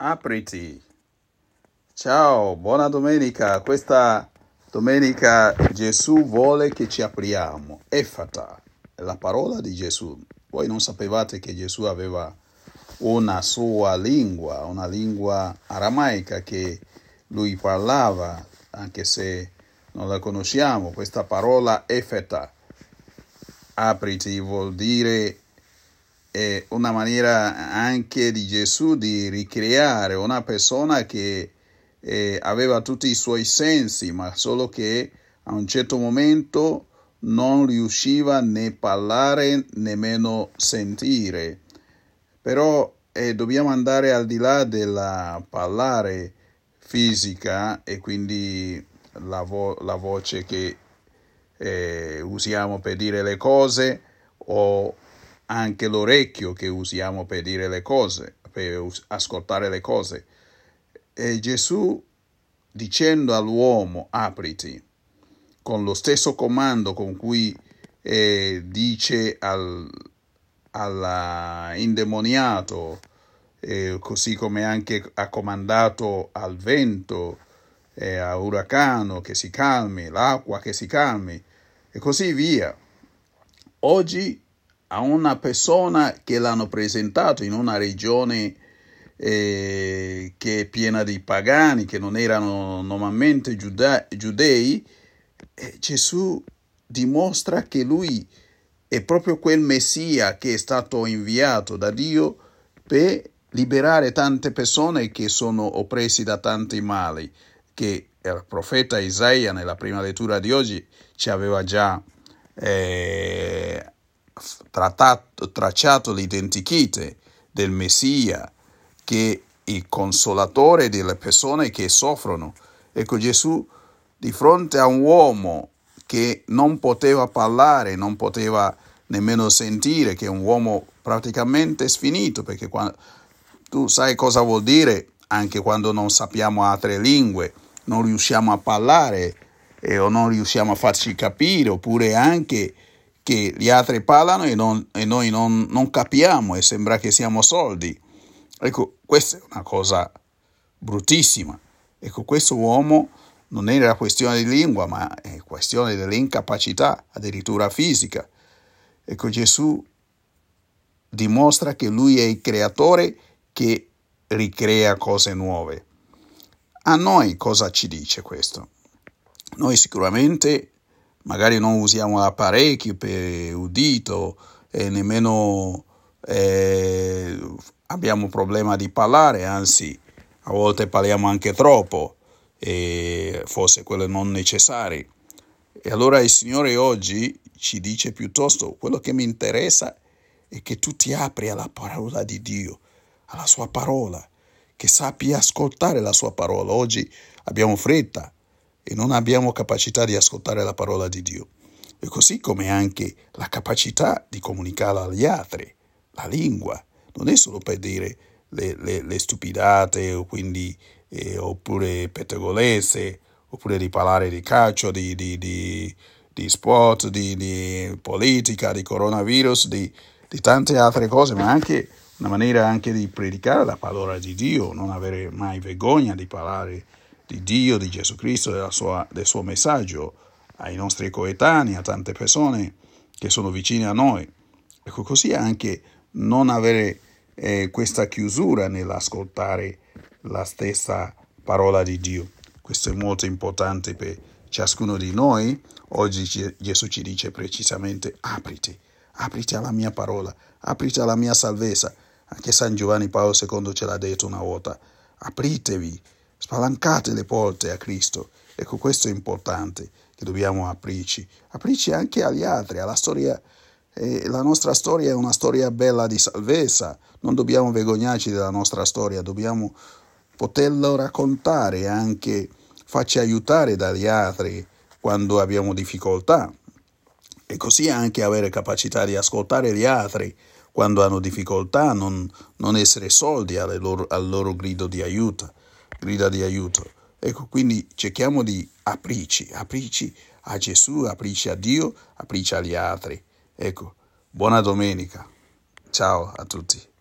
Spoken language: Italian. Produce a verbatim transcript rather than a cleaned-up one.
apriti. Ciao, buona domenica. Questa domenica Gesù vuole che ci apriamo. Effata è la parola di Gesù. Voi non sapevate che Gesù aveva una sua lingua, una lingua aramaica che lui parlava, anche se non la conosciamo. Questa parola effata, apriti, vuol dire è una maniera anche di Gesù di ricreare una persona che eh, aveva tutti i suoi sensi, ma solo che a un certo momento non riusciva né parlare nemmeno sentire. Però eh, dobbiamo andare al di là della parlare fisica e quindi la, vo- la voce che eh, usiamo per dire le cose, o anche l'orecchio che usiamo per dire le cose, per us- ascoltare le cose. E Gesù, dicendo all'uomo apriti, con lo stesso comando con cui eh, dice al all'indemoniato, eh, così come anche ha comandato al vento e all'uragano che si calmi, l'acqua che si calmi e così via. Oggi a una persona che l'hanno presentato in una regione eh, che è piena di pagani, che non erano normalmente giuda- giudei, eh, Gesù dimostra che lui è proprio quel Messia che è stato inviato da Dio per liberare tante persone che sono oppressi da tanti mali, che il profeta Isaia nella prima lettura di oggi ci aveva già eh, trattato, tracciato l'identikit del Messia, che è il consolatore delle persone che soffrono. Ecco, Gesù di fronte a un uomo che non poteva parlare, non poteva nemmeno sentire, che è un uomo praticamente sfinito, perché quando, tu sai cosa vuol dire anche quando non sappiamo altre lingue, non riusciamo a parlare eh, o non riusciamo a farci capire, oppure anche che gli altri parlano e, non, e noi non, non capiamo e sembra che siamo sordi. Ecco, questa è una cosa bruttissima. Ecco, questo uomo non era questione di lingua, ma è questione dell'incapacità, addirittura fisica. Ecco, Gesù dimostra che lui è il creatore che ricrea cose nuove. A noi cosa ci dice questo? Noi sicuramente magari non usiamo l'apparecchio per udito e nemmeno eh, abbiamo problema di parlare, anzi a volte parliamo anche troppo, e forse quello non necessario. E allora il Signore oggi ci dice piuttosto: quello che mi interessa è che tu ti apri alla parola di Dio, alla sua parola, che sappi ascoltare la sua parola. Oggi abbiamo fretta e non abbiamo capacità di ascoltare la parola di Dio. E così come anche la capacità di comunicare agli altri. La lingua non è solo per dire le, le, le stupidate o quindi eh, oppure pettegolezze, oppure di parlare di calcio, di, di, di, di sport, di, di politica, di coronavirus, di, di tante altre cose, ma anche una maniera anche di predicare la parola di Dio, non avere mai vergogna di parlare di Dio, di Gesù Cristo, della sua, del suo messaggio ai nostri coetanei, a tante persone che sono vicine a noi. Ecco, così anche non avere eh, questa chiusura nell'ascoltare la stessa parola di Dio. Questo è molto importante per ciascuno di noi. Oggi Gesù ci dice precisamente: apriti, apriti alla mia parola, apriti alla mia salvezza. Anche San Giovanni Paolo secondo ce l'ha detto una volta: apritevi, spalancate le porte a Cristo. Ecco, questo è importante, che dobbiamo aprirci, aprirci anche agli altri, alla storia. Eh, la nostra storia è una storia bella di salvezza, non dobbiamo vergognarci della nostra storia, dobbiamo poterlo raccontare e anche farci aiutare dagli altri quando abbiamo difficoltà, e così anche avere capacità di ascoltare gli altri quando hanno difficoltà, non, non essere sordi alle loro, al loro grido di aiuto, grida di aiuto. Ecco, quindi cerchiamo di aprirci, aprirci a Gesù, aprirci a Dio, aprirci agli altri. Ecco, buona domenica. Ciao a tutti.